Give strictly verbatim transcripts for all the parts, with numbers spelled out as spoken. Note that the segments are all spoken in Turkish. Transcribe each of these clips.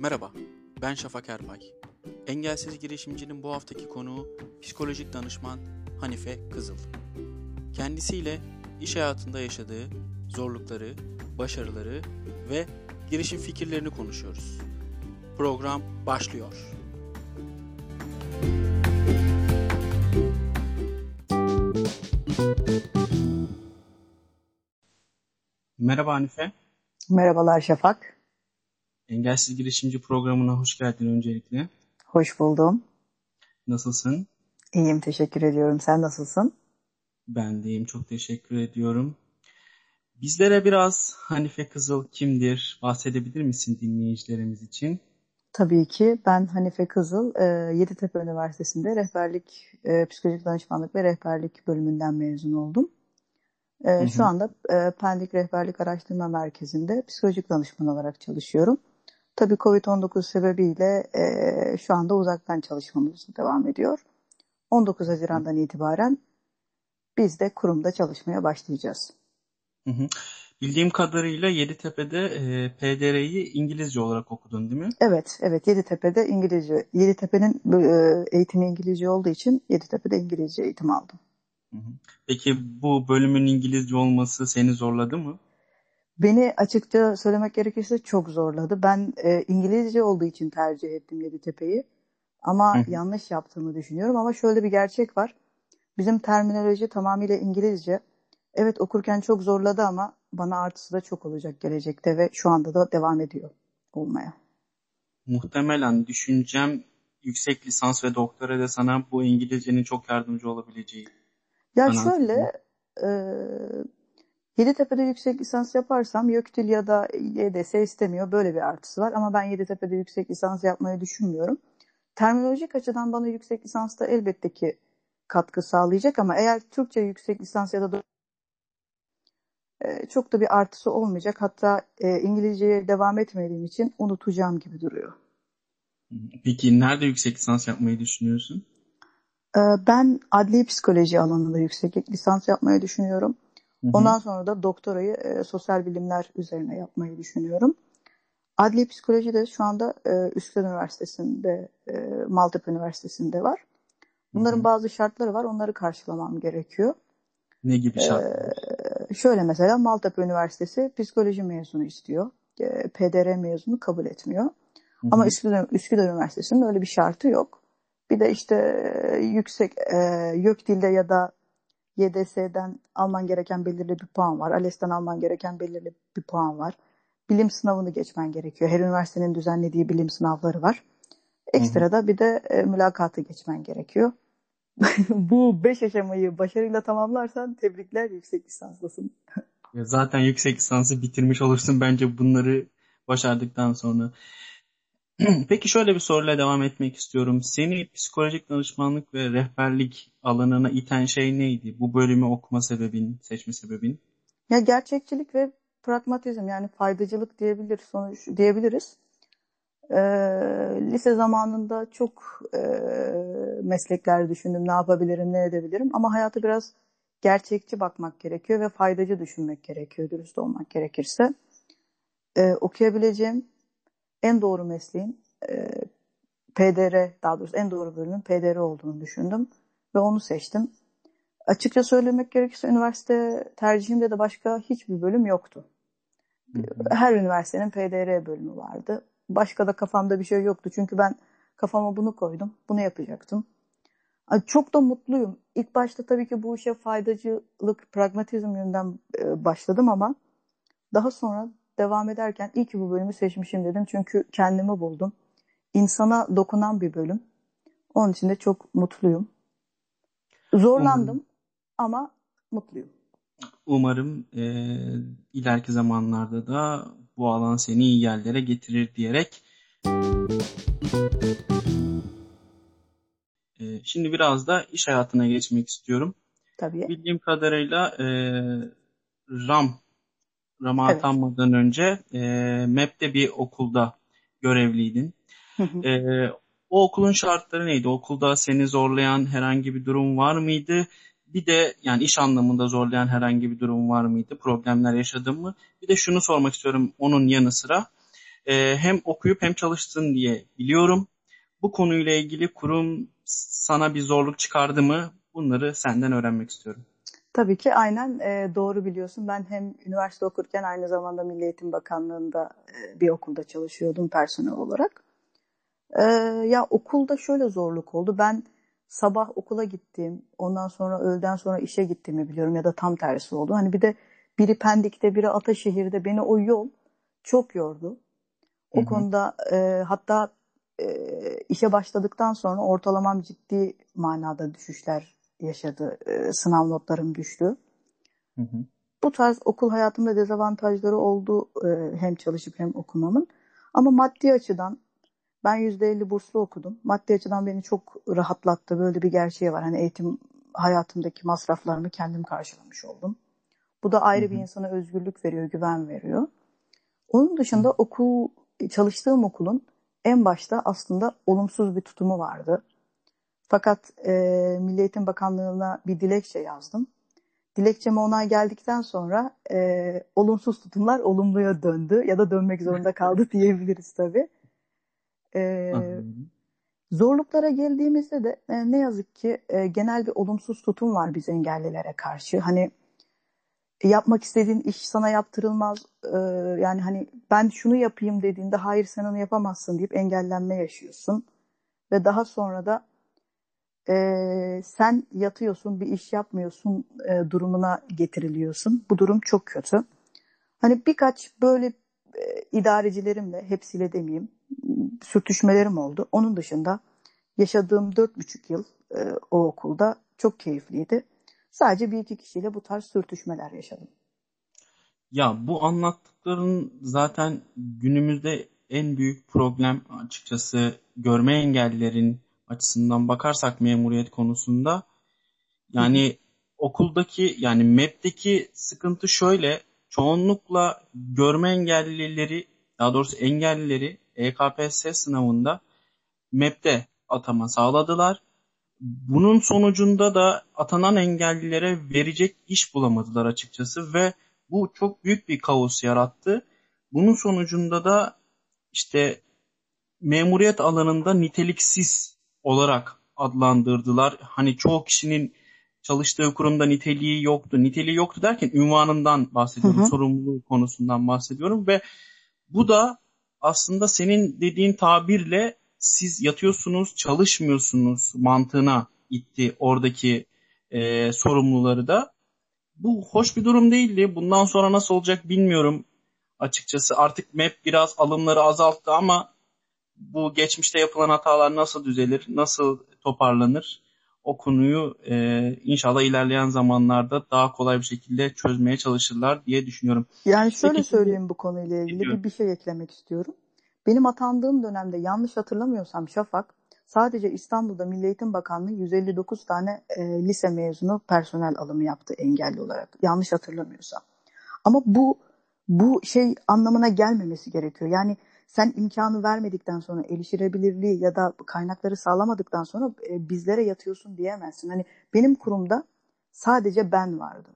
Merhaba, ben Şafak Erpay. Engelsiz girişimcinin bu haftaki konuğu psikolojik danışman Hanife Kızıl. Kendisiyle iş hayatında yaşadığı zorlukları, başarıları ve girişim fikirlerini konuşuyoruz. Program başlıyor. Merhaba Hanife. Merhabalar Şafak. Engelsiz Girişimci programına hoş geldin öncelikle. Hoş buldum. Nasılsın? İyiyim, teşekkür ediyorum. Sen nasılsın? Ben de iyiyim, çok teşekkür ediyorum. Bizlere biraz Hanife Kızıl kimdir bahsedebilir misin dinleyicilerimiz için? Tabii ki. Ben Hanife Kızıl, Yeditepe Üniversitesi'nde rehberlik, psikolojik danışmanlık ve rehberlik bölümünden mezun oldum. Hı hı. Şu anda Pendik Rehberlik Araştırma Merkezi'nde psikolojik danışman olarak çalışıyorum. Tabii kovid on dokuz sebebiyle şu anda uzaktan çalışmamız devam ediyor. on dokuz Haziran'dan itibaren biz de kurumda çalışmaya başlayacağız. Hı hı. Bildiğim kadarıyla Yeditepe'de e, P D R'yi İngilizce olarak okudun değil mi? Evet, evet. Yeditepe'de İngilizce. Yeditepe'nin e, eğitimi İngilizce olduğu için Yeditepe'de İngilizce eğitim aldım. Hı hı. Peki bu bölümün İngilizce olması seni zorladı mı? Beni açıkça söylemek gerekirse çok zorladı. Ben e, İngilizce olduğu için tercih ettim Yeditepe'yi. Hı Ama hı. yanlış yaptığımı düşünüyorum. Ama şöyle bir gerçek var. Bizim terminoloji tamamıyla İngilizce. Evet, okurken çok zorladı ama bana artısı da çok olacak gelecekte ve şu anda da devam ediyor olmaya. Muhtemelen düşüncem yüksek lisans ve doktora da sana bu İngilizcenin çok yardımcı olabileceği Ya kanaatindeyim. şöyle, e, Yeditepe'de yüksek lisans yaparsam YÖKDİL ya da Y D S istemiyor. Böyle bir artısı var. Ama ben Yeditepe'de yüksek lisans yapmayı düşünmüyorum. Terminolojik açıdan bana yüksek lisansta elbette ki katkı sağlayacak ama eğer Türkçe yüksek lisans ya da e, çok da bir artısı olmayacak. Hatta e, İngilizceye devam etmediğim için unutacağım gibi duruyor. Peki nerede yüksek lisans yapmayı düşünüyorsun? E, ben adli psikoloji alanında yüksek lisans yapmayı düşünüyorum. Hı hı. Ondan sonra da doktorayı e, sosyal bilimler üzerine yapmayı düşünüyorum. Adli psikoloji de şu anda e, Üsküdar Üniversitesi'nde, e, Maltepe Üniversitesi'nde var. Hı Bunların hı. bazı şartları var, onları karşılamam gerekiyor. Ne gibi E, şartlar? şöyle mesela Maltepe Üniversitesi psikoloji mezunu istiyor. E, P D R mezunu kabul etmiyor. Hı Ama hı. Üsküdar, Üsküdar Üniversitesi'nin öyle bir şartı yok. Bir de işte e, yüksek e, YÖKDİL'de ya da Y D S'den alman gereken belirli bir puan var. ALES'ten alman gereken belirli bir puan var. Bilim sınavını geçmen gerekiyor. Her üniversitenin düzenlediği bilim sınavları var. Hı hı. Ekstra da bir de e, mülakatı geçmen gerekiyor. Bu beş aşamayı başarıyla tamamlarsan tebrikler, yüksek lisanslısın. Ya zaten yüksek lisansı bitirmiş olursun bence bunları başardıktan sonra. Peki şöyle bir soruyla devam etmek istiyorum. Seni psikolojik danışmanlık ve rehberlik alanına iten şey neydi? Bu bölümü okuma sebebin, seçme sebebin? Ya gerçekçilik ve pragmatizm, yani faydacılık diyebilir sonuç diyebiliriz. Ee, lise zamanında çok e, meslekler düşündüm. Ne yapabilirim, ne edebilirim. Ama hayata biraz gerçekçi bakmak gerekiyor ve faydacı düşünmek gerekiyor, dürüst olmak gerekirse. Ee, okuyabileceğim en doğru mesleğin e, P D R, daha doğrusu en doğru bölümün P D R olduğunu düşündüm ve onu seçtim. Açıkça söylemek gerekirse üniversite tercihimde de başka hiçbir bölüm yoktu. Hı hı. Her üniversitenin P D R bölümü vardı. Başka da kafamda bir şey yoktu. Çünkü ben kafama bunu koydum. Bunu yapacaktım. Çok da mutluyum. İlk başta tabii ki bu işe faydacılık, pragmatizm yönünden başladım ama daha sonra devam ederken iyi ki bu bölümü seçmişim dedim. Çünkü kendimi buldum. İnsana dokunan bir bölüm. Onun için de çok mutluyum. Umarım, Zorlandım ama mutluyum. umarım eee, ileriki zamanlarda da bu alan seni iyi yerlere getirir diyerek eee, şimdi biraz da iş hayatına geçmek istiyorum. Tabii. Bildiğim kadarıyla eee RAM, RAM'a Evet. atanmadan önce eee M E P'te bir okulda görevliydin. Hı hı. Ee, o okulun şartları neydi? Okulda seni zorlayan herhangi bir durum var mıydı? Bir de yani iş anlamında zorlayan herhangi bir durum var mıydı? Problemler yaşadın mı? Bir de şunu sormak istiyorum onun yanı sıra. e, hem okuyup hem çalıştın diye biliyorum. Bu konuyla ilgili kurum sana bir zorluk çıkardı mı? Bunları senden öğrenmek istiyorum. Tabii ki aynen e, doğru biliyorsun. Ben hem üniversite okurken aynı zamanda Milli Eğitim Bakanlığı'nda e, bir okulda çalışıyordum personel olarak. E, Ya okulda şöyle zorluk oldu. Ben sabah okula gittiğim, ondan sonra öğleden sonra işe gittiğimi biliyorum ya da tam tersi oldu. Hani bir de biri Pendik'te, biri Ataşehir'de beni o yol çok yordu. Hı O hı. konuda e, hatta e, işe başladıktan sonra ortalamam ciddi manada düşüşler yaşadı. E, sınav notlarım düştü. Hı hı. Bu tarz okul hayatımda dezavantajları oldu e, hem çalışıp hem okumamın. Ama maddi açıdan ben yüzde elli burslu okudum. Maddi açıdan beni çok rahatlattı. Böyle bir gerçeği var. Hani eğitim hayatımdaki masraflarımı kendim karşılamış oldum. Bu da Hı ayrı bir hı. insana özgürlük veriyor, güven veriyor. Onun Hı dışında okul, çalıştığım okulun en başta aslında olumsuz bir tutumu vardı. Fakat e, Milli Eğitim Bakanlığı'na bir dilekçe yazdım. Dilekçeme onay geldikten sonra e, olumsuz tutumlar olumluya döndü ya da dönmek zorunda kaldı diyebiliriz tabii. E, Anladım. Zorluklara geldiğimizde de e, ne yazık ki e, genel bir olumsuz tutum var biz engellilere karşı. Hani yapmak istediğin iş sana yaptırılmaz. Ee, yani hani ben şunu yapayım dediğinde hayır sen onu yapamazsın deyip engellenme yaşıyorsun. Ve daha sonra da e, sen yatıyorsun bir iş yapmıyorsun e, durumuna getiriliyorsun. Bu durum çok kötü. Hani birkaç böyle e, idarecilerimle hepsiyle demeyeyim sürtüşmelerim oldu. Onun dışında yaşadığım dört buçuk yıl e, o okulda çok keyifliydi. Sadece bir iki kişiyle bu tarz sürtüşmeler yaşadım. Ya bu anlattıkların zaten günümüzde en büyük problem açıkçası görme engellilerin açısından bakarsak memuriyet konusunda. Yani okuldaki yani M E B'deki sıkıntı şöyle, çoğunlukla görme engellileri, daha doğrusu engellileri E K P S S sınavında M E B'de atama sağladılar. Bunun sonucunda da atanan engellilere verecek iş bulamadılar açıkçası ve bu çok büyük bir kaos yarattı. Bunun sonucunda da işte memuriyet alanında niteliksiz olarak adlandırdılar. Hani çoğu kişinin çalıştığı kurumda niteliği yoktu. Niteliği yoktu derken ünvanından Hı bahsediyorum, hı. sorumluluğu konusundan bahsediyorum ve bu da aslında senin dediğin tabirle siz yatıyorsunuz, çalışmıyorsunuz mantığına itti oradaki e, sorumluları da. Bu hoş bir durum değildi. Bundan sonra nasıl olacak bilmiyorum. Açıkçası artık M E B biraz alımları azalttı ama bu geçmişte yapılan hatalar nasıl düzelir, nasıl toparlanır? O konuyu e, inşallah ilerleyen zamanlarda daha kolay bir şekilde çözmeye çalışırlar diye düşünüyorum. Yani şöyle Peki şimdi söyleyeyim bu konuyla ilgili dinliyorum. bir, bir şey eklemek istiyorum. Benim atandığım dönemde yanlış hatırlamıyorsam Şafak sadece İstanbul'da Milli Eğitim Bakanlığı yüz elli dokuz tane e, lise mezunu personel alımı yaptı engelli olarak. Yanlış hatırlamıyorsam. Ama bu bu şey anlamına gelmemesi gerekiyor. Yani sen imkanı vermedikten sonra erişilebilirliği ya da kaynakları sağlamadıktan sonra e, bizlere yatıyorsun diyemezsin. Hani benim kurumda sadece ben vardım.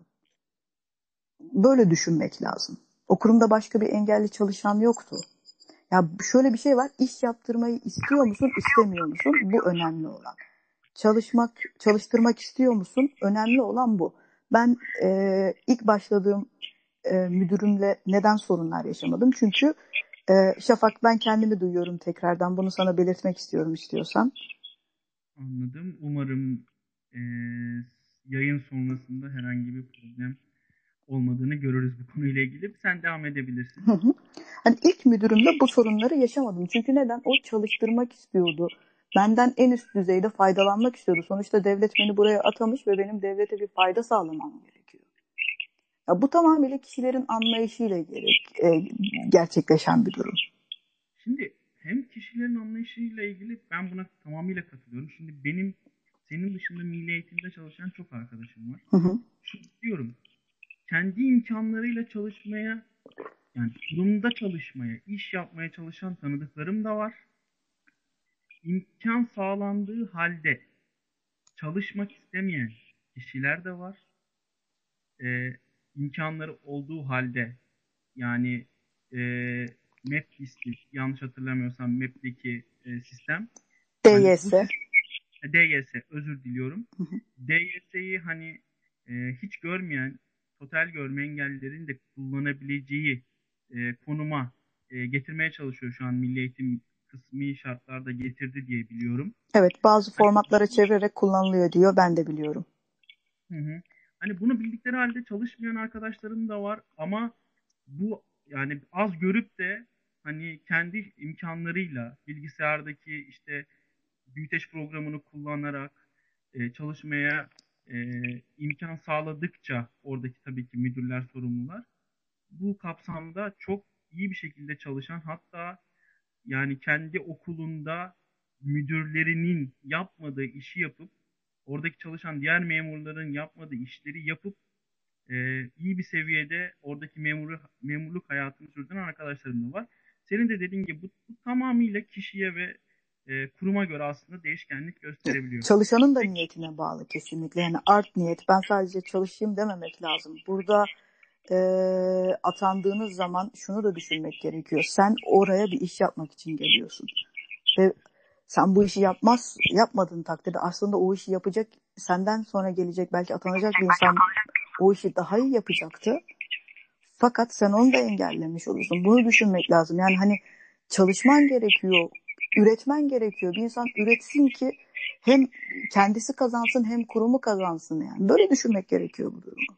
Böyle düşünmek lazım. O kurumda başka bir engelli çalışan yoktu. Ya şöyle bir şey var. İş yaptırmayı istiyor musun, istemiyor musun? Bu önemli olan. Çalışmak, çalıştırmak istiyor musun? Önemli olan bu. Ben e, ilk başladığım e, müdürümle neden sorunlar yaşamadım? Çünkü e, Şafak ben kendimi duyuyorum tekrardan. Bunu sana belirtmek istiyorum istiyorsan. Anladım. Umarım e, yayın sonrasında herhangi bir problem olmadığını görürüz bu konuyla ilgili. Sen devam edebilirsin. Hı hı. Hani ilk müdürümle bu sorunları yaşamadım. Çünkü neden? O çalıştırmak istiyordu. Benden en üst düzeyde faydalanmak istiyordu. Sonuçta devlet beni buraya atamış ve benim devlete bir fayda sağlamam gerekiyor. Ya bu tamamıyla kişilerin anlayışıyla gerek, e, gerçekleşen bir durum. Şimdi hem kişilerin anlayışıyla ilgili ben buna tamamıyla katılıyorum. Şimdi benim senin dışında milli eğitimde çalışan çok arkadaşım var. Hı hı. Şunu diyorum, kendi imkanlarıyla çalışmaya, yani kurumda çalışmaya, iş yapmaya çalışan tanıdıklarım da var. İmkan sağlandığı halde çalışmak istemeyen kişiler de var. Ee, imkanları olduğu halde yani e, map listi, yanlış hatırlamıyorsam map'teki e, sistem. D Hani Y bu S. D Y S, özür diliyorum. D Y S'yi hani e, hiç görmeyen, total görme engellilerin de kullanabileceği e, konuma e, getirmeye çalışıyor şu an Milli Eğitim, kısmi şartlarda getirdi diye biliyorum. Evet, bazı Hani formatlara çevirerek kullanılıyor diyor. Ben de biliyorum. hı hı. Hani bunu bildikleri halde çalışmayan arkadaşlarım da var ama bu yani az görüp de hani kendi imkanlarıyla bilgisayardaki işte büyüteç programını kullanarak e, çalışmaya e, imkan sağladıkça oradaki tabii ki müdürler, sorumlular bu kapsamda çok iyi bir şekilde çalışan, hatta yani kendi okulunda müdürlerinin yapmadığı işi yapıp oradaki çalışan diğer memurların yapmadığı işleri yapıp e, iyi bir seviyede oradaki memuru, memurluk hayatını sürdüren arkadaşlarım da var. Senin de dediğin gibi bu, bu tamamıyla kişiye ve e, kuruma göre aslında değişkenlik gösterebiliyor. Çalışanın da Peki, niyetine bağlı kesinlikle. Yani art niyet, ben sadece çalışayım dememek lazım. Burada e, atandığınız zaman şunu da düşünmek gerekiyor. Sen oraya bir iş yapmak için geliyorsun. Ve sen bu işi yapmaz, yapmadığın takdirde aslında o işi yapacak, senden sonra gelecek, belki atanacak bir insan o işi daha iyi yapacaktı. Fakat sen onu da engellemiş olursun. Bunu düşünmek lazım. Yani hani çalışman gerekiyor, üretmen gerekiyor. Bir insan üretsin ki hem kendisi kazansın hem kurumu kazansın yani. Böyle düşünmek gerekiyor bu durumu.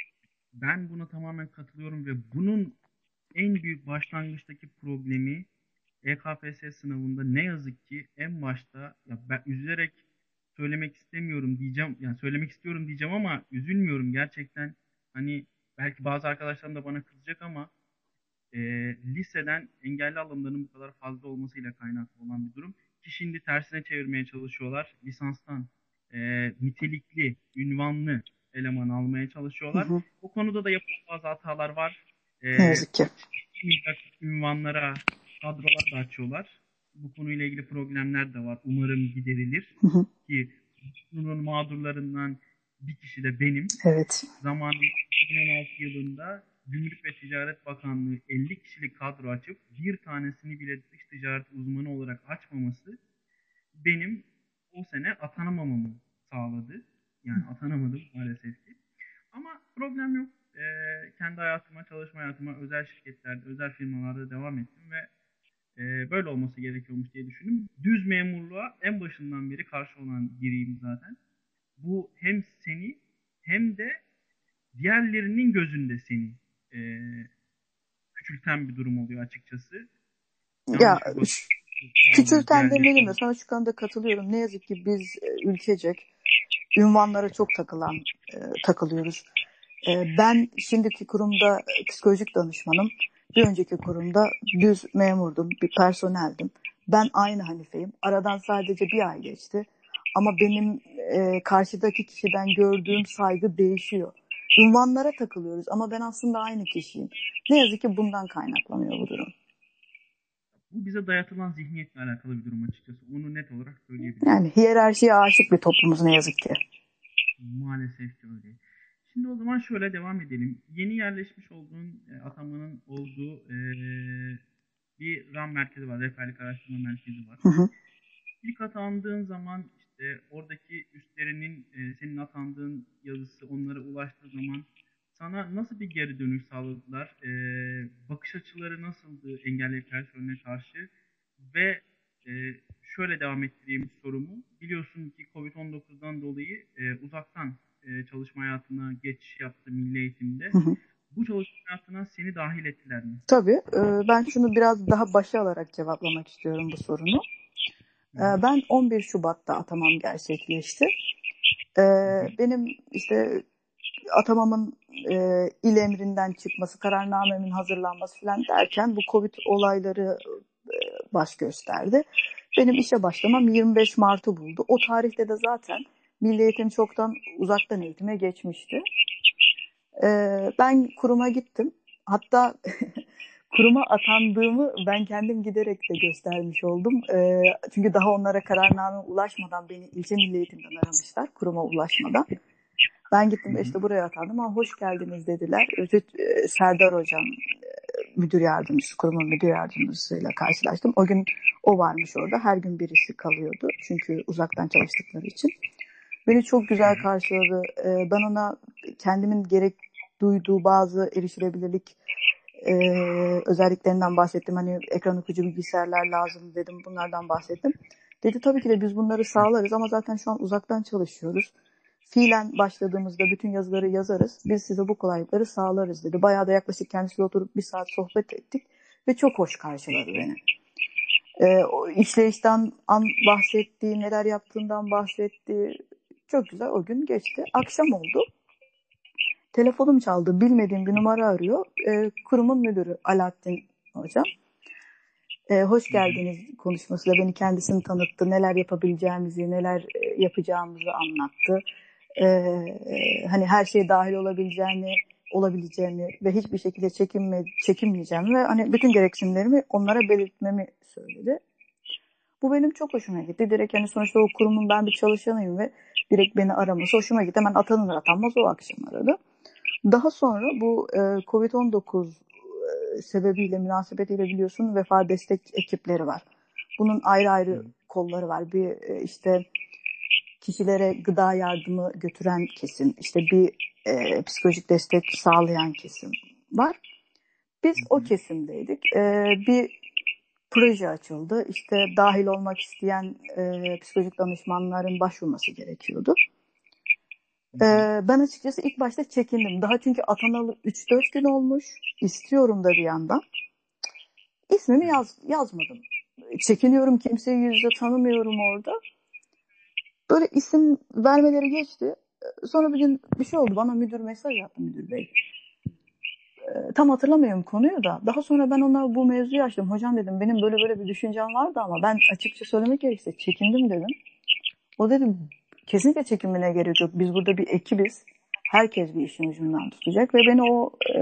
ben buna tamamen katılıyorum ve bunun en büyük başlangıçtaki problemi E K P S S sınavında ne yazık ki en başta, ya ben üzülerek söylemek istemiyorum diyeceğim, yani söylemek istiyorum diyeceğim ama üzülmüyorum gerçekten. Hani belki bazı arkadaşlarım da bana kızacak ama e, liseden engelli alımlarının bu kadar fazla olmasıyla kaynaklı olan bir durum. Ki şimdi tersine çevirmeye çalışıyorlar. Lisanstan e, nitelikli, ünvanlı eleman almaya Hı çalışıyorlar. hı. Bu konuda da yapılan bazı hatalar var. E, Ne yazık ki. hiç olmayacak ünvanlara kadrolar da açıyorlar. Bu konuyla ilgili problemler de var. Umarım giderilir. Hı hı. Ki bunun mağdurlarından bir kişi de benim. Evet. Zamanında iki bin on altı yılında Gümrük ve Ticaret Bakanlığı elli kişilik kadro açıp bir tanesini bile dış ticaret uzmanı olarak açmaması benim o sene atanamamamı sağladı. Yani atanamadım maalesef ki. Ama problem yok. Ee, kendi hayatıma, çalışma hayatıma özel şirketlerde, özel firmalarda devam ettim ve e, böyle olması gerekiyormuş diye düşündüm. Düz memurluğa en başından beri karşı olan biriyim zaten. Bu hem seni hem de diğerlerinin gözünde seni e, küçülten bir durum oluyor açıkçası. Ya Yanlış bir bakış sağlıyor küçülten demeyelim de diğerlerinin. sana şu konuda katılıyorum. Ne yazık ki biz e, ülkecek ünvanlara çok takılan e, takılıyoruz. E, ben şimdiki kurumda e, psikolojik danışmanım. Bir önceki kurumda düz memurdum, bir personeldim. Ben aynı Hanife'yim. Aradan sadece bir ay geçti. Ama benim e, karşıdaki kişiden gördüğüm saygı değişiyor. Ünvanlara takılıyoruz ama ben aslında aynı kişiyim. Ne yazık ki bundan kaynaklanıyor bu durum. Bu bize dayatılan zihniyetle alakalı bir durum açıkçası. Onu net olarak söyleyebilirim. Yani hiyerarşiye aşık bir toplumuz ne yazık ki. Maalesef ki öyle. Şimdi o zaman şöyle devam edelim. Yeni yerleşmiş olduğun e, atamanın olduğu e, bir RAM merkezi var. Rehberlik araştırma merkezi var. Hı hı. İlk atandığın zaman işte oradaki üstlerinin e, senin atandığın yazısı onlara ulaştığı zaman sana nasıl bir geri dönüş sağladılar? E, bakış açıları nasıldı engelli personeline karşı? Ve e, şöyle devam ettireyim sorumu. Biliyorsun ki covid on dokuzdan dolayı e, uzaktan e, çalışma hayatına geçiş yaptı milli eğitimde. Hı hı. Bu çalışma hayatına seni dahil ettiler mi? Tabii. E, ben şunu biraz daha başa alarak cevaplamak istiyorum bu sorunu. Hı E, hı. ben on bir Şubat'ta atamam gerçekleşti. E, Hı hı. benim işte atamamın e, il emrinden çıkması, kararnamemin hazırlanması falan derken bu Covid olayları e, baş gösterdi. Benim işe başlamam yirmi beş Mart'ı buldu. O tarihte de zaten Milli Eğitim çoktan uzaktan eğitime geçmişti. E, ben kuruma gittim. Hatta kuruma atandığımı ben kendim giderek de göstermiş oldum. E, çünkü daha onlara kararname ulaşmadan beni ilçe Milli Eğitim'den aramışlar, kuruma ulaşmadan. Ben Hı gittim hı. işte buraya atandım ama hoş geldiniz dediler. Özür, e, Serdar hocam müdür yardımcısı, kurumun müdür yardımcısıyla karşılaştım. O gün o varmış orada. Her gün birisi kalıyordu. Çünkü uzaktan çalıştıkları için. Beni çok güzel karşıladı. Ee, ben ona kendimin gerek duyduğu bazı erişilebilirlik e, özelliklerinden bahsettim. Hani ekran okuyucu bilgisayarlar lazım dedim. Bunlardan bahsettim. Dedi tabii ki de biz bunları sağlarız ama zaten şu an uzaktan çalışıyoruz. Fiilen başladığımızda bütün yazıları yazarız. Biz size bu kolaylıkları sağlarız dedi. Bayağı da yaklaşık kendisiyle oturup bir saat sohbet ettik. Ve çok hoş karşıladı beni. Ee, o işleyişten an bahsetti, neler yaptığından bahsetti. Çok güzel o gün geçti. Akşam oldu. Telefonum çaldı. Bilmediğim bir numara arıyor. Ee, kurumun müdürü Alaaddin Hocam. Ee, hoş geldiniz konuşmasıyla beni kendisini tanıttı. Neler yapabileceğimizi, neler yapacağımızı anlattı. Ee, hani her şeye dahil olabileceğini, olabileceğini ve hiçbir şekilde çekinme, çekinmeyeceğimi ve hani bütün gereksinimlerimi onlara belirtmemi söyledi. Bu benim çok hoşuma gitti. Direkt hani sonuçta o kurumun ben bir çalışanıyım ve direkt beni araması hoşuma gitti. Hemen atanır atanmaz o akşam aradı. Daha sonra bu e, kovid on dokuz e, sebebiyle, münasebetiyle biliyorsun vefa destek ekipleri var. Bunun ayrı ayrı kolları var. Bir e, işte kişilere gıda yardımı götüren kesim, işte bir e, psikolojik destek sağlayan kesim var. Biz o kesimdeydik. E, bir proje açıldı. İşte dahil olmak isteyen e, psikolojik danışmanların başvurması gerekiyordu. E, ben açıkçası ilk başta çekindim. Daha çünkü atanalı üç dört gün olmuş. İstiyorum da bir yandan. İsmimi yaz, yazmadım. Çekiniyorum, kimseyi yüzde tanımıyorum orada. Böyle isim vermeleri geçti. Sonra bir gün bir şey oldu. Bana müdür mesaj attı, müdür bey. E, tam hatırlamıyorum konuyu da. Daha sonra ben ona bu mevzuyu açtım. Hocam dedim benim böyle böyle bir düşüncem vardı ama ben açıkça söylemek gerekirse çekindim dedim. O dedim kesinlikle çekinmene gerek yok. Biz burada bir ekibiz. Herkes bir işin ucundan tutacak ve beni o e,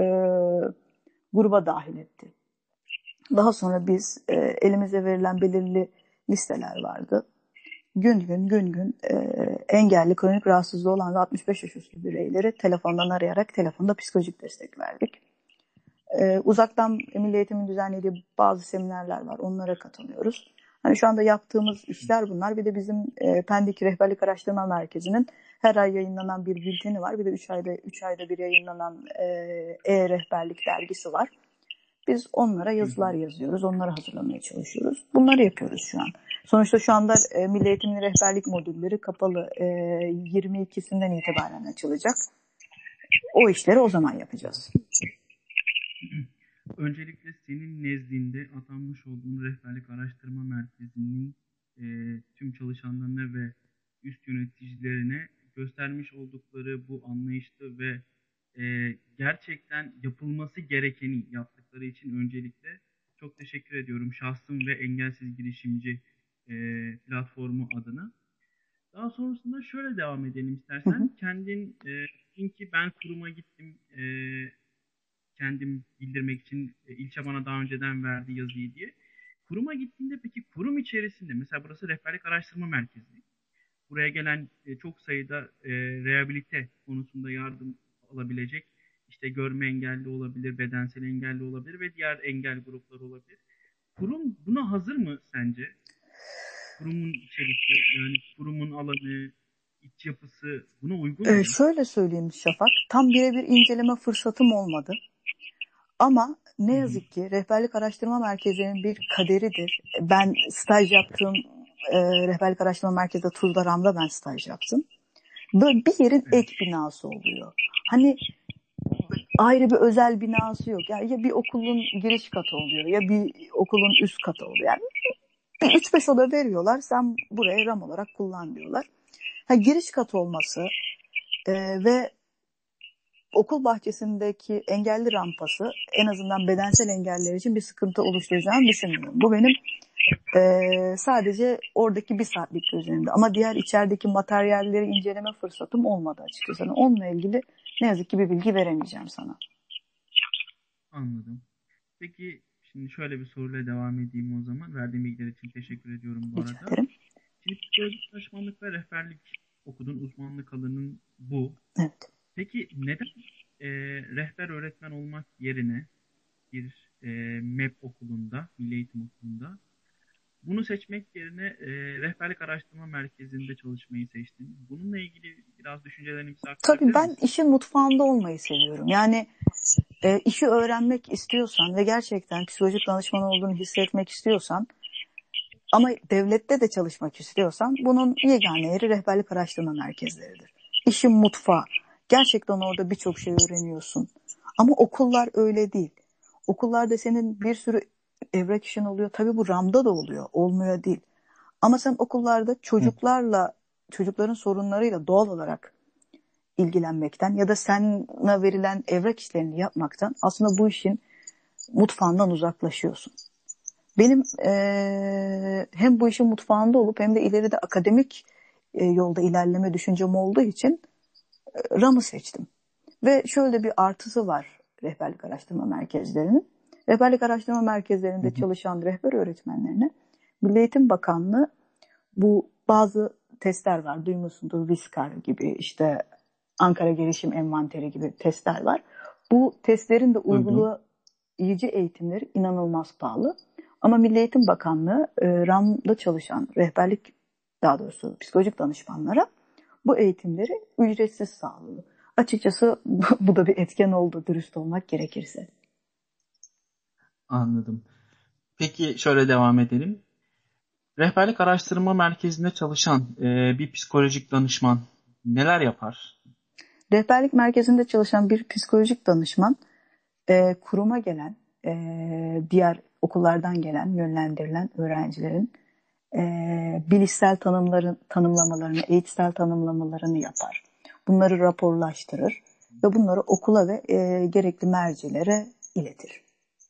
gruba dahil etti. Daha sonra biz e, elimize verilen belirli listeler vardı. Gün gün gün gün e, engelli, kronik rahatsızlığı olan ve altmış beş yaş üstü bireyleri telefondan arayarak telefonda psikolojik destek verdik. E, uzaktan Milli Eğitim'in düzenlediği bazı seminerler var. Onlara katılıyoruz. Hani şu anda yaptığımız işler bunlar. Bir de bizim e, Pendik Rehberlik Araştırma Merkezi'nin her ay yayınlanan bir bülteni var. Bir de üç ayda üç ayda bir yayınlanan e, e-rehberlik dergisi var. Biz onlara yazılar yazıyoruz. Onları hazırlamaya çalışıyoruz. Bunları yapıyoruz şu an. Sonuçta şu anda e, Milli Eğitim'in rehberlik modülleri kapalı. E, yirmi ikisinden itibaren açılacak. O işleri o zaman yapacağız. Öncelikle senin nezdinde atanmış olduğun Rehberlik Araştırma Merkezi'nin e, tüm çalışanlarına ve üst yöneticilerine göstermiş oldukları bu anlayışlı ve e, gerçekten yapılması gerekeni yaptıkları için öncelikle çok teşekkür ediyorum şahsım ve engelsiz girişimci e, platformu adına. Daha sonrasında şöyle devam edelim istersen. Hı hı. Kendin e, ki ben kuruma gittim, e, kendim bildirmek için e, ilçe bana daha önceden verdi yazıyı diye. Kuruma gittiğinde peki kurum içerisinde mesela burası Rehberlik Araştırma Merkezi. Buraya gelen e, çok sayıda e, rehabilite konusunda yardım alabilecek işte görme engelli olabilir, bedensel engelli olabilir ve diğer engel grupları olabilir. Kurum buna hazır mı sence? Kurumun içerisi yani kurumun alanı, iç yapısı buna uygun mu? Ee, şöyle söyleyeyim Şafak, tam birebir inceleme fırsatım olmadı. Ama ne yazık ki Rehberlik Araştırma Merkezi'nin bir kaderidir. Ben staj yaptığım e, Rehberlik Araştırma Merkezi'de Tuzla ben staj yaptım. Böyle bir yerin ek binası oluyor. Hani ayrı bir özel binası yok. Yani ya bir okulun giriş katı oluyor ya bir okulun üst katı oluyor. Yani bir üç beş oda veriyorlar. Sen buraya RAM olarak kullan diyorlar. Ha, giriş katı olması e, ve okul bahçesindeki engelli rampası en azından bedensel engeller için bir sıkıntı oluşturacağını düşünmüyorum. Bu benim e, sadece oradaki bir saatlik gözlemimde. Ama diğer içerideki materyalleri inceleme fırsatım olmadı açıkçası. Yani onunla ilgili ne yazık ki bir bilgi veremeyeceğim sana. Anladım. Peki şimdi şöyle bir soruyla devam edeyim o zaman. Verdiğin bilgiler için teşekkür ediyorum bu Rica arada. ederim. Şimdi psikolojik danışmanlık ve rehberlik okudun. Uzmanlık alanın bu. Evet. Peki neden e, rehber öğretmen olmak yerine bir e, M E P okulunda, Milli Eğitim Okulu'nda. Bunu seçmek yerine e, rehberlik araştırma merkezinde çalışmayı seçtin. Bununla ilgili biraz düşüncelerini bize Tabii aktarabilir ben misin? işin mutfağında olmayı seviyorum. Yani e, işi öğrenmek istiyorsan ve gerçekten psikolojik danışman olduğunu hissetmek istiyorsan ama devlette de çalışmak istiyorsan bunun yegane yeri rehberlik araştırma merkezleridir. İşin mutfağı. Gerçekten orada birçok şey öğreniyorsun. Ama okullar öyle değil. Okullarda senin bir sürü evrak işin oluyor. Tabii bu RAM'da da oluyor. Olmuyor değil. Ama sen okullarda Hı. çocuklarla, çocukların sorunlarıyla doğal olarak ilgilenmekten ya da sana verilen evrak işlerini yapmaktan aslında bu işin mutfağından uzaklaşıyorsun. Benim eee, hem bu işin mutfağında olup hem de ileride akademik e, yolda ilerleme düşüncem olduğu için e, RAM'ı seçtim. Ve şöyle bir artısı var rehberlik araştırma merkezlerinin. Rehberlik araştırma Hı merkezlerinde hı. çalışan rehber öğretmenlerine Milli Eğitim Bakanlığı bu bazı testler var. Duymuşsundur, Viskar gibi, işte Ankara Gelişim Envanteri gibi testler var. Bu testlerin de Duydum. uygulayıcı eğitimleri inanılmaz pahalı. Ama Milli Eğitim Bakanlığı e, RAM'da çalışan rehberlik, daha doğrusu psikolojik danışmanlara bu eğitimleri ücretsiz sağlıyor. Açıkçası bu da bir etken oldu, dürüst olmak gerekirse. Anladım. Peki şöyle devam edelim. Rehberlik araştırma merkezinde çalışan e, bir psikolojik danışman neler yapar? Rehberlik merkezinde çalışan bir psikolojik danışman e, kuruma gelen, e, diğer okullardan gelen, yönlendirilen öğrencilerin e, bilişsel tanımların, tanımlamalarını, eğitsel tanımlamalarını yapar. Bunları raporlaştırır ve bunları okula ve e, gerekli mercilere iletir.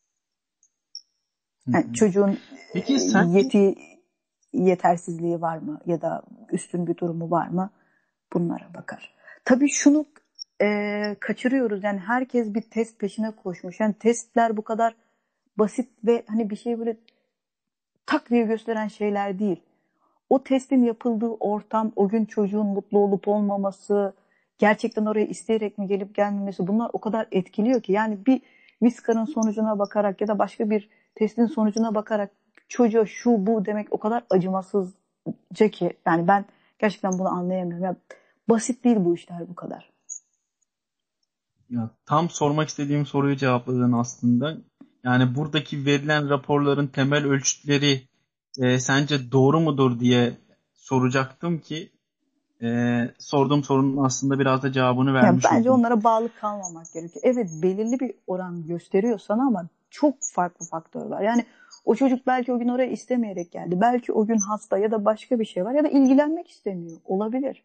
Hı Yani hı. çocuğun Peki e, sen yeti yetersizliği var mı ya da üstün bir durumu var mı, bunlara bakar. Tabii şunu e, kaçırıyoruz, yani herkes bir test peşine koşmuş. Yani testler bu kadar basit ve hani bir şey böyle tak diye gösteren şeyler değil. O testin yapıldığı ortam, o gün çocuğun mutlu olup olmaması, gerçekten oraya isteyerek mi gelip gelmemesi, bunlar o kadar etkiliyor ki. Yani bir Viscar'ın sonucuna bakarak ya da başka bir testin sonucuna bakarak çocuğa şu bu demek o kadar acımasızca ki. Yani ben gerçekten bunu anlayamıyorum. Ya, basit değil bu işler bu kadar. ya, tam sormak istediğim soruyu cevapladın aslında. Yani buradaki verilen raporların temel ölçütleri e, sence doğru mudur diye soracaktım ki e, sorduğum sorunun aslında biraz da cevabını Yani vermiş bence oldun. onlara bağlı kalmamak gerekiyor. Evet, belirli bir oran gösteriyor sana ama çok farklı faktör var. Yani o çocuk belki o gün oraya istemeyerek geldi. Belki o gün hasta ya da başka bir şey var ya da ilgilenmek istemiyor. Olabilir.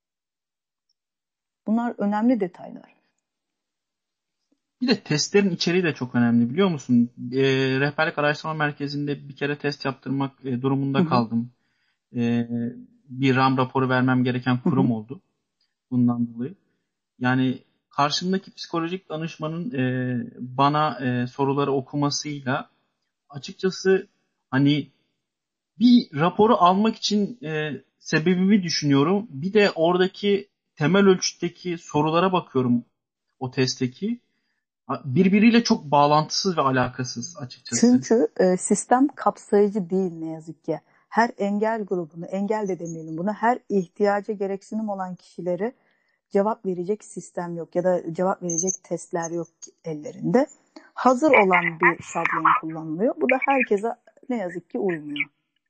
Bunlar önemli detaylar. Bir de testlerin içeriği de çok önemli biliyor musun? E, rehberlik araştırma merkezinde bir kere test yaptırmak e, Hı durumunda hı, kaldım. E, bir RAM raporu vermem gereken hı hı. kurum oldu bundan dolayı. Yani karşımdaki psikolojik danışmanın e, bana e, soruları okumasıyla açıkçası hani bir raporu almak için e, sebebimi düşünüyorum. Bir de oradaki temel ölçütteki sorulara bakıyorum o testteki. Birbiriyle çok bağlantısız ve alakasız açıkçası. Çünkü e, sistem kapsayıcı değil ne yazık ki. Her engel grubunu, engel de demeyelim buna, her ihtiyaca gereksinim olan kişileri cevap verecek sistem yok ya da cevap verecek testler yok ellerinde. Hazır olan bir şablon kullanılıyor. Bu da herkese ne yazık ki uymuyor.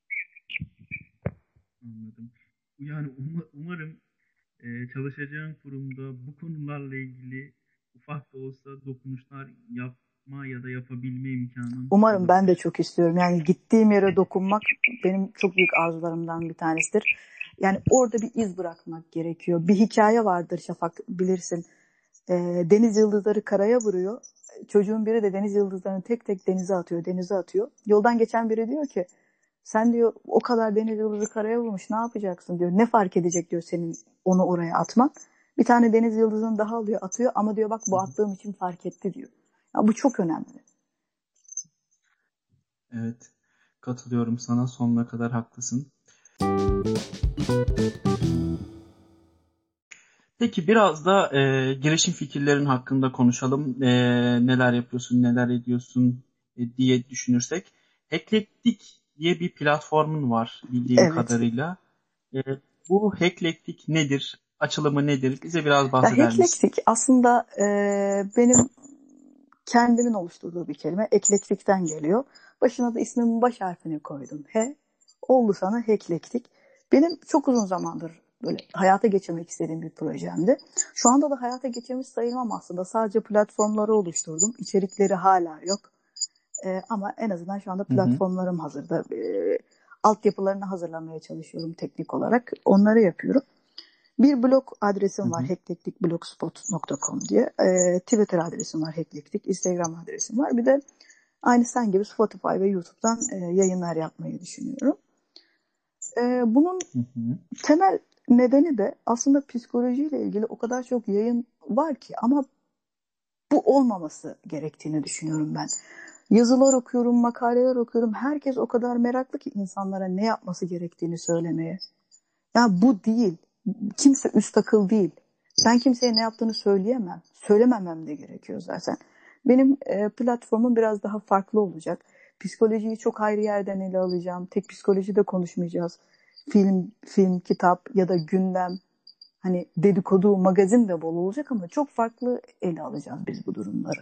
Anladım. Yani um- umarım e, çalışacağım kurumda bu konularla ilgili ufak da olsa dokunuşlar yapma ya da yapabilme imkanım Umarım, ben de olabilir. çok istiyorum. Yani gittiğim yere dokunmak benim çok büyük arzularımdan bir tanesidir. Yani orada bir iz bırakmak gerekiyor. Bir hikaye vardır Şafak, bilirsin. Ee, deniz yıldızları karaya vuruyor. Çocuğun biri de deniz yıldızlarını tek tek denize atıyor, denize atıyor. Yoldan geçen biri diyor ki, sen diyor o kadar deniz yıldızı karaya vurmuş, ne yapacaksın diyor. Ne fark edecek diyor senin onu oraya atman. Bir tane deniz yıldızını daha alıyor, atıyor ama diyor bak Hı bu hı. attığım için fark etti diyor. Ya bu çok önemli. Evet, katılıyorum sana. Sonuna kadar haklısın. Peki biraz da e, gelişim fikirlerin hakkında konuşalım. E, neler yapıyorsun, neler ediyorsun? e, diye düşünürsek, Hacklektik diye bir platformun var bildiğim Evet. kadarıyla. E, bu Hacklektik nedir? Açılımı nedir? Bize biraz Ya bahseder misin? eklektik aslında e, benim kendimin oluşturduğu bir kelime. Eklektikten geliyor. Başına da ismimin baş harfini koydum. He. Oldu sana eklektik. Benim çok uzun zamandır böyle hayata geçirmek istediğim bir projemdi. Şu anda da hayata geçirmiş sayılmam aslında. Sadece platformları oluşturdum. İçerikleri hala yok. E, ama en azından şu anda Hı hı. platformlarım hazırda. E, altyapılarını hazırlamaya çalışıyorum teknik olarak. Onları yapıyorum. Bir blog Hı adresim var hı. hacklektik blogspot nokta com diye. Ee, Twitter adresim var hacklektik. Instagram adresim var. Bir de aynı sen gibi Spotify ve YouTube'dan e, yayınlar yapmayı düşünüyorum. E, bunun Hı hı. temel nedeni de aslında psikolojiyle ilgili o kadar çok yayın var ki ama bu olmaması gerektiğini düşünüyorum ben. Yazılar okuyorum, makaleler okuyorum. Herkes o kadar meraklı ki insanlara ne yapması gerektiğini söylemeye. Ya bu değil. Kimse üst akıl değil. Ben kimseye ne yaptığını söyleyemem. Söylememem de gerekiyor zaten. Benim e, platformum biraz daha farklı olacak. Psikolojiyi çok ayrı yerden ele alacağım. Tek psikolojide konuşmayacağız. Film, film, kitap ya da gündem, hani dedikodu, magazin de bol olacak ama çok farklı ele alacağız biz bu durumları.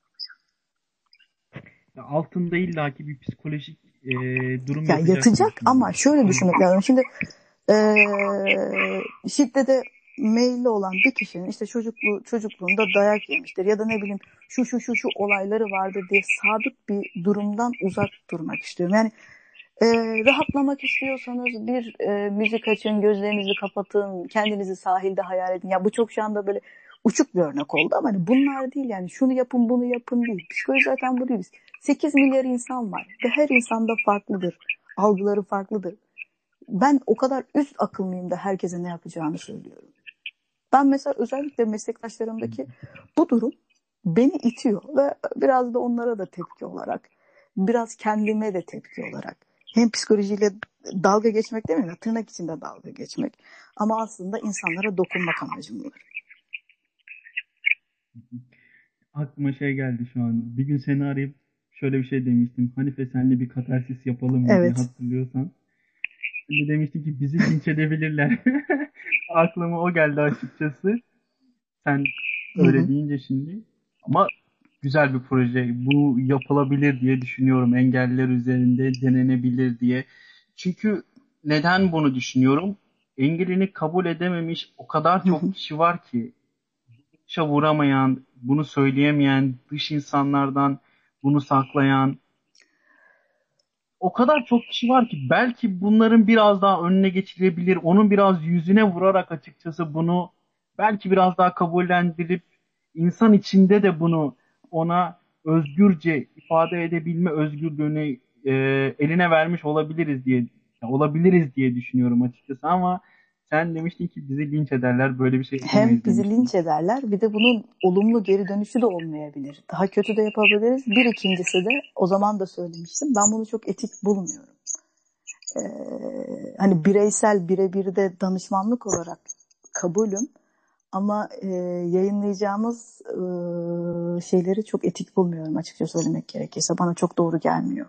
Ya altında illaki bir psikolojik e, durum Ya yatacak diye yatacak düşünüyorum. ama şöyle düşünmek lazım. Şimdi Ee, şiddete meyilli olan bir kişinin işte çocukluğu, çocukluğunda dayak yemiştir ya da ne bileyim şu şu şu şu olayları vardır diye sabit bir durumdan uzak durmak istiyorum. Yani e, rahatlamak istiyorsanız bir e, müzik açın, gözlerinizi kapatın, kendinizi sahilde hayal edin. Ya bu çok şu anda böyle uçuk bir örnek oldu ama hani bunlar değil, yani şunu yapın bunu yapın değil. Psikoloji zaten bu değil. sekiz milyar insan var ve her insanda farklıdır. Algıları farklıdır. Ben o kadar üst akıl mıyım da herkese ne yapacağını söylüyorum. Ben mesela özellikle meslektaşlarımdaki bu durum beni itiyor ve biraz da onlara da tepki olarak, biraz kendime de tepki olarak. Hem psikolojiyle dalga geçmek değil mi? Tırnak içinde dalga geçmek. Ama aslında insanlara dokunmak amacım var. Aklıma şey geldi şu an. Bir gün seni arayıp şöyle bir şey demiştim. Hanife senle bir katarsis yapalım mı diye, Evet. hatırlıyorsan. Sen de demiştin ki bizi linç edebilirler. Aklıma o geldi açıkçası. Sen Hı öyle hı. deyince şimdi. Ama güzel bir proje. Bu yapılabilir diye düşünüyorum. Engeller üzerinde denenebilir diye. Çünkü neden bunu düşünüyorum? Engelini kabul edememiş o kadar Hı çok hı. kişi var ki, dışa vuramayan, bunu söyleyemeyen, dış insanlardan bunu saklayan o kadar çok kişi var ki belki bunların biraz daha önüne geçilebilir. Onun biraz yüzüne vurarak açıkçası bunu belki biraz daha kabullendirip insan içinde de bunu ona özgürce ifade edebilme özgürlüğünü e, eline vermiş olabiliriz diye olabiliriz diye düşünüyorum açıkçası, ama sen demiştin ki bizi linç ederler, böyle bir şey Hem yapamayız bizi demiştin. linç ederler, bir de bunun olumlu geri dönüşü de olmayabilir. Daha kötü de yapabiliriz. Bir ikincisi de, o zaman da söylemiştim, ben bunu çok etik bulmuyorum. Ee, hani bireysel birebir de danışmanlık olarak kabulüm ama e, yayınlayacağımız e, şeyleri çok etik bulmuyorum, açıkça söylemek gerekirse. Bana çok doğru gelmiyor.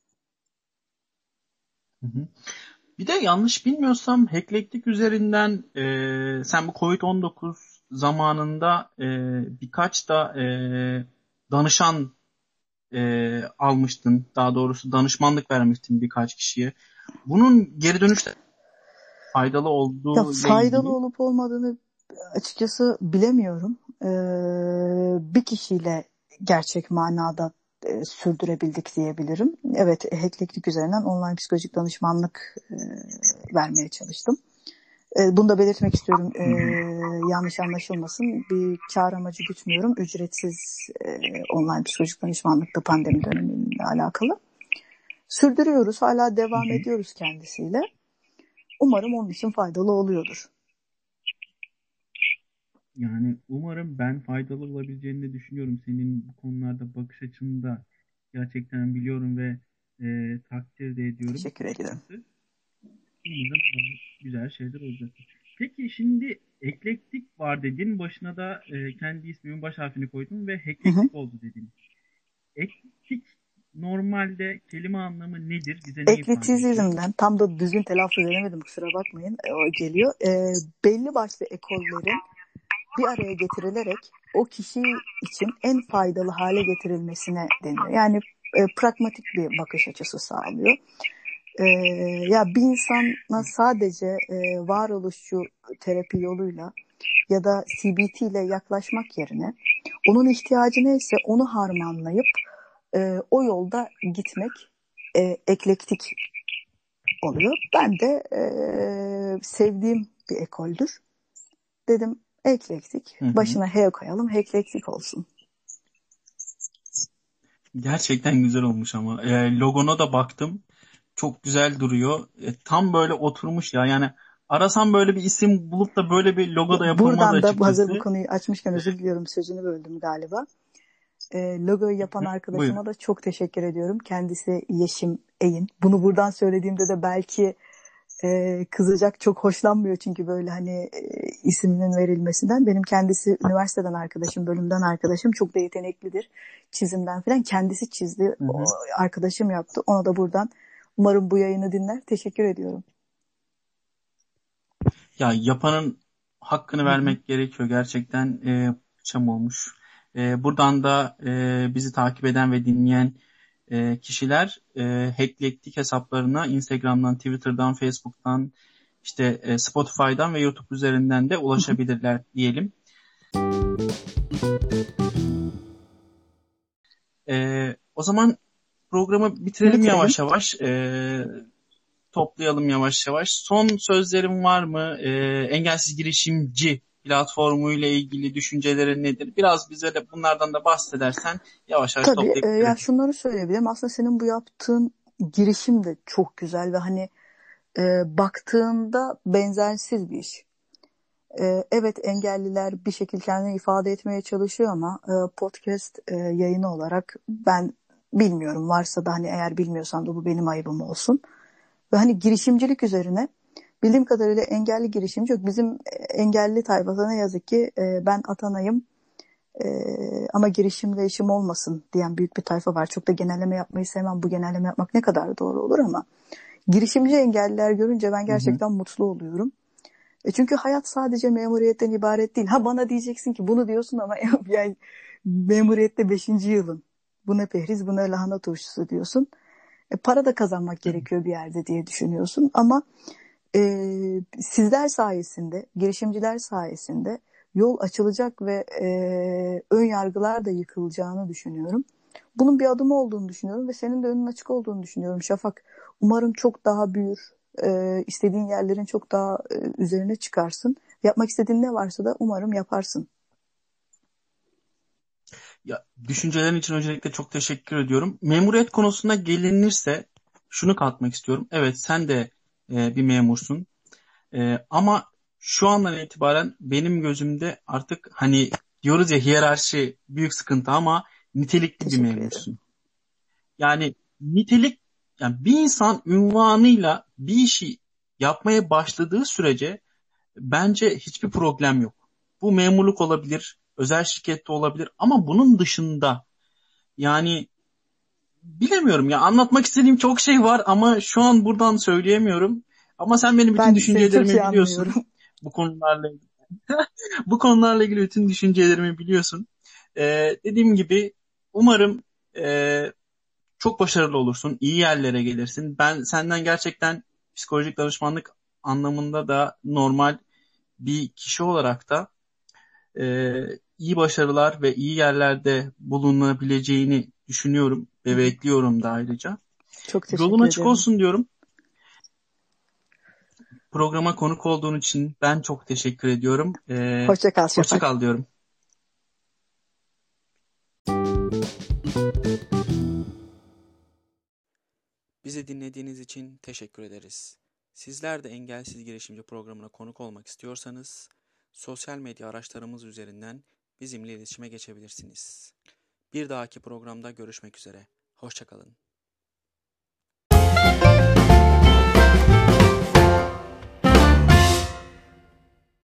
Hı hı. Bir de yanlış bilmiyorsam Hacklektik üzerinden e, sen bu covid on dokuz zamanında e, birkaç da e, danışan e, almıştın. Daha doğrusu danışmanlık vermiştin birkaç kişiye. Bunun geri dönüşte faydalı Ya olduğu ile faydalı ilgili. olup olmadığını açıkçası bilemiyorum. Ee, bir kişiyle gerçek manada e, sürdürebildik diyebilirim. Evet, hackliklik üzerinden online psikolojik danışmanlık e, vermeye çalıştım. E, bunu da belirtmek istiyorum. E, Hı hı. yanlış anlaşılmasın. Bir kar amacı gütmüyorum. Ücretsiz e, online psikolojik danışmanlık da pandemi dönemiyle alakalı. Sürdürüyoruz. Hala Hı devam hı. ediyoruz kendisiyle. Umarım onun için faydalı oluyordur. Yani umarım, ben faydalı olabileceğini de düşünüyorum. Senin bu konularda bakış açını da gerçekten biliyorum ve e, takdir de ediyorum Teşekkür ederim. açıkçası. Umarım güzel şeyler olacaktır. Peki şimdi eklektik var dedin. Başına da e, kendi ismimin baş harfini koydum ve Hı hı. eklektik oldu dedin. Eklektik normalde kelime anlamı nedir? Bize ne ifade ediyor? Ekletizmden, tam da düzgün telaffuz edemedim, kusura bakmayın, e, o geliyor. E, belli başlı ekollerin bir araya getirilerek o kişi için en faydalı hale getirilmesine deniyor. Yani e, pragmatik bir bakış açısı sağlıyor. E, ya bir insana sadece e, varoluşçu terapi yoluyla ya da C B T ile yaklaşmak yerine onun ihtiyacı neyse onu harmanlayıp e, o yolda gitmek e, eklektik oluyor. Ben de e, sevdiğim bir ekoldür. Dedim eklektik. Hı hı. Başına H koyalım, eklektik olsun. Gerçekten güzel olmuş ama. E, logona da baktım. Çok güzel duruyor. E, tam böyle oturmuş ya. Yani arasam böyle bir isim bulup da böyle bir logo da yapılmaz Buradan da hazır bu açıkçası. konuyu açmışken özür diliyorum, sözünü böldüm galiba. E, logoyu yapan arkadaşıma Buyur. da çok teşekkür ediyorum. Kendisi Yeşim Eyin. Bunu buradan söylediğimde de belki e, kızacak, çok hoşlanmıyor çünkü böyle hani e, isminin verilmesinden. Benim kendisi üniversiteden arkadaşım, bölümden arkadaşım, çok da yeteneklidir çizimden falan. Kendisi çizdi, Hı o, hı. arkadaşım yaptı. Ona da buradan umarım bu yayını dinler. Teşekkür ediyorum. Ya yapanın hakkını Hı hı. vermek gerekiyor. Gerçekten e, muhteşem olmuş. E, buradan da e, bizi takip eden ve dinleyen e, kişiler e, Hacklektik hesaplarına Instagram'dan, Twitter'dan, Facebook'tan, işte e, Spotify'dan ve YouTube üzerinden de ulaşabilirler diyelim. E, o zaman programı bitirelim Bitirelim. yavaş yavaş. E, toplayalım yavaş yavaş. Son sözlerin var mı? E, engelsiz girişimci platformuyla ilgili düşüncelerin nedir? Biraz bize de bunlardan da bahsedersen yavaş yavaş Tabii e, toplayıp ya bitirelim. şunları söyleyebilirim. Aslında senin bu yaptığın girişim de çok güzel ve hani e, baktığında benzersiz bir iş. E, evet, engelliler bir şekilde kendini ifade etmeye çalışıyor ama e, podcast e, yayını olarak ben bilmiyorum. Varsa da hani eğer bilmiyorsan da bu benim ayıbım olsun. Ve hani girişimcilik üzerine bildiğim kadarıyla engelli girişimci yok. Bizim e, engelli tayfada ne yazık ki e, ben Atanay'ım e, ama girişimle işim olmasın diyen büyük bir tayfa var. Çok da genelleme yapmayı sevmem. Bu genelleme yapmak ne kadar doğru olur ama girişimci engelliler görünce ben Hı hı. gerçekten mutlu oluyorum. E çünkü hayat sadece memuriyetten ibaret değil. Ha, bana diyeceksin ki bunu diyorsun ama yani memuriyette beşinci yılın. Bu ne pehriz, bu ne lahana turşusu diyorsun. E, para da kazanmak gerekiyor bir yerde diye düşünüyorsun. Ama e, sizler sayesinde, girişimciler sayesinde yol açılacak ve e, ön yargılar da yıkılacağını düşünüyorum. Bunun bir adımı olduğunu düşünüyorum ve senin de önün açık olduğunu düşünüyorum Şafak. Umarım çok daha büyür, e, istediğin yerlerin çok daha e, üzerine çıkarsın. Yapmak istediğin ne varsa da umarım yaparsın. Ya, düşüncelerin için öncelikle çok teşekkür ediyorum. Memuriyet konusuna gelinirse şunu katmak istiyorum. Evet, sen de e, bir memursun. E, ama şu andan itibaren benim gözümde artık hani diyoruz ya, hiyerarşi büyük sıkıntı ama nitelikli bir Teşekkür ederim. memursun. Yani nitelik, yani bir insan ünvanıyla bir işi yapmaya başladığı sürece bence hiçbir problem yok. Bu memurluk olabilir, özel şirkette olabilir ama bunun dışında yani bilemiyorum ya, anlatmak istediğim çok şey var ama şu an buradan söyleyemiyorum. Ama sen benim bütün Ben seni çok iyi düşüncelerimi biliyorsun anlıyorum. bu konularla bu konularla ilgili bütün düşüncelerimi biliyorsun. Ee, dediğim gibi umarım e, çok başarılı olursun, iyi yerlere gelirsin. Ben senden gerçekten psikolojik danışmanlık anlamında da normal bir kişi olarak da e, iyi başarılar ve iyi yerlerde bulunabileceğini düşünüyorum ve bekliyorum da ayrıca. Çok Yolun teşekkür açık ederim. olsun diyorum. Programa konuk olduğun için ben çok teşekkür ediyorum. E, Hoşça kal hoşça Şafak. kal diyorum. Bizi dinlediğiniz için teşekkür ederiz. Sizler de Engelsiz Girişimci programına konuk olmak istiyorsanız sosyal medya araçlarımız üzerinden bizimle iletişime geçebilirsiniz. Bir dahaki programda görüşmek üzere. Hoşça kalın.